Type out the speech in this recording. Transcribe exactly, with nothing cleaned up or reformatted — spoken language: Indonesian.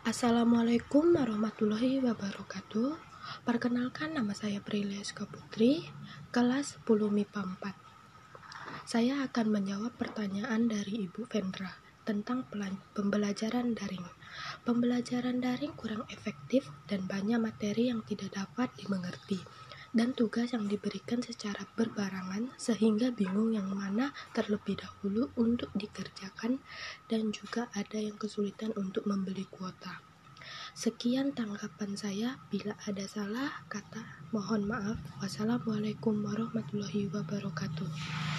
Assalamualaikum warahmatullahi wabarakatuh. Perkenalkan, nama saya Prilia Putri, kelas sepuluh M I P A empat. Saya akan menjawab pertanyaan dari Ibu Vendra tentang pembelajaran daring. Pembelajaran daring kurang efektif dan banyak materi yang tidak dapat dimengerti, dan tugas yang diberikan secara berbarengan sehingga bingung yang mana terlebih dahulu untuk dikerjakan, dan juga ada yang kesulitan untuk membeli kuota. Sekian tanggapan saya. Bila ada salah kata, mohon maaf. Wassalamualaikum warahmatullahi wabarakatuh.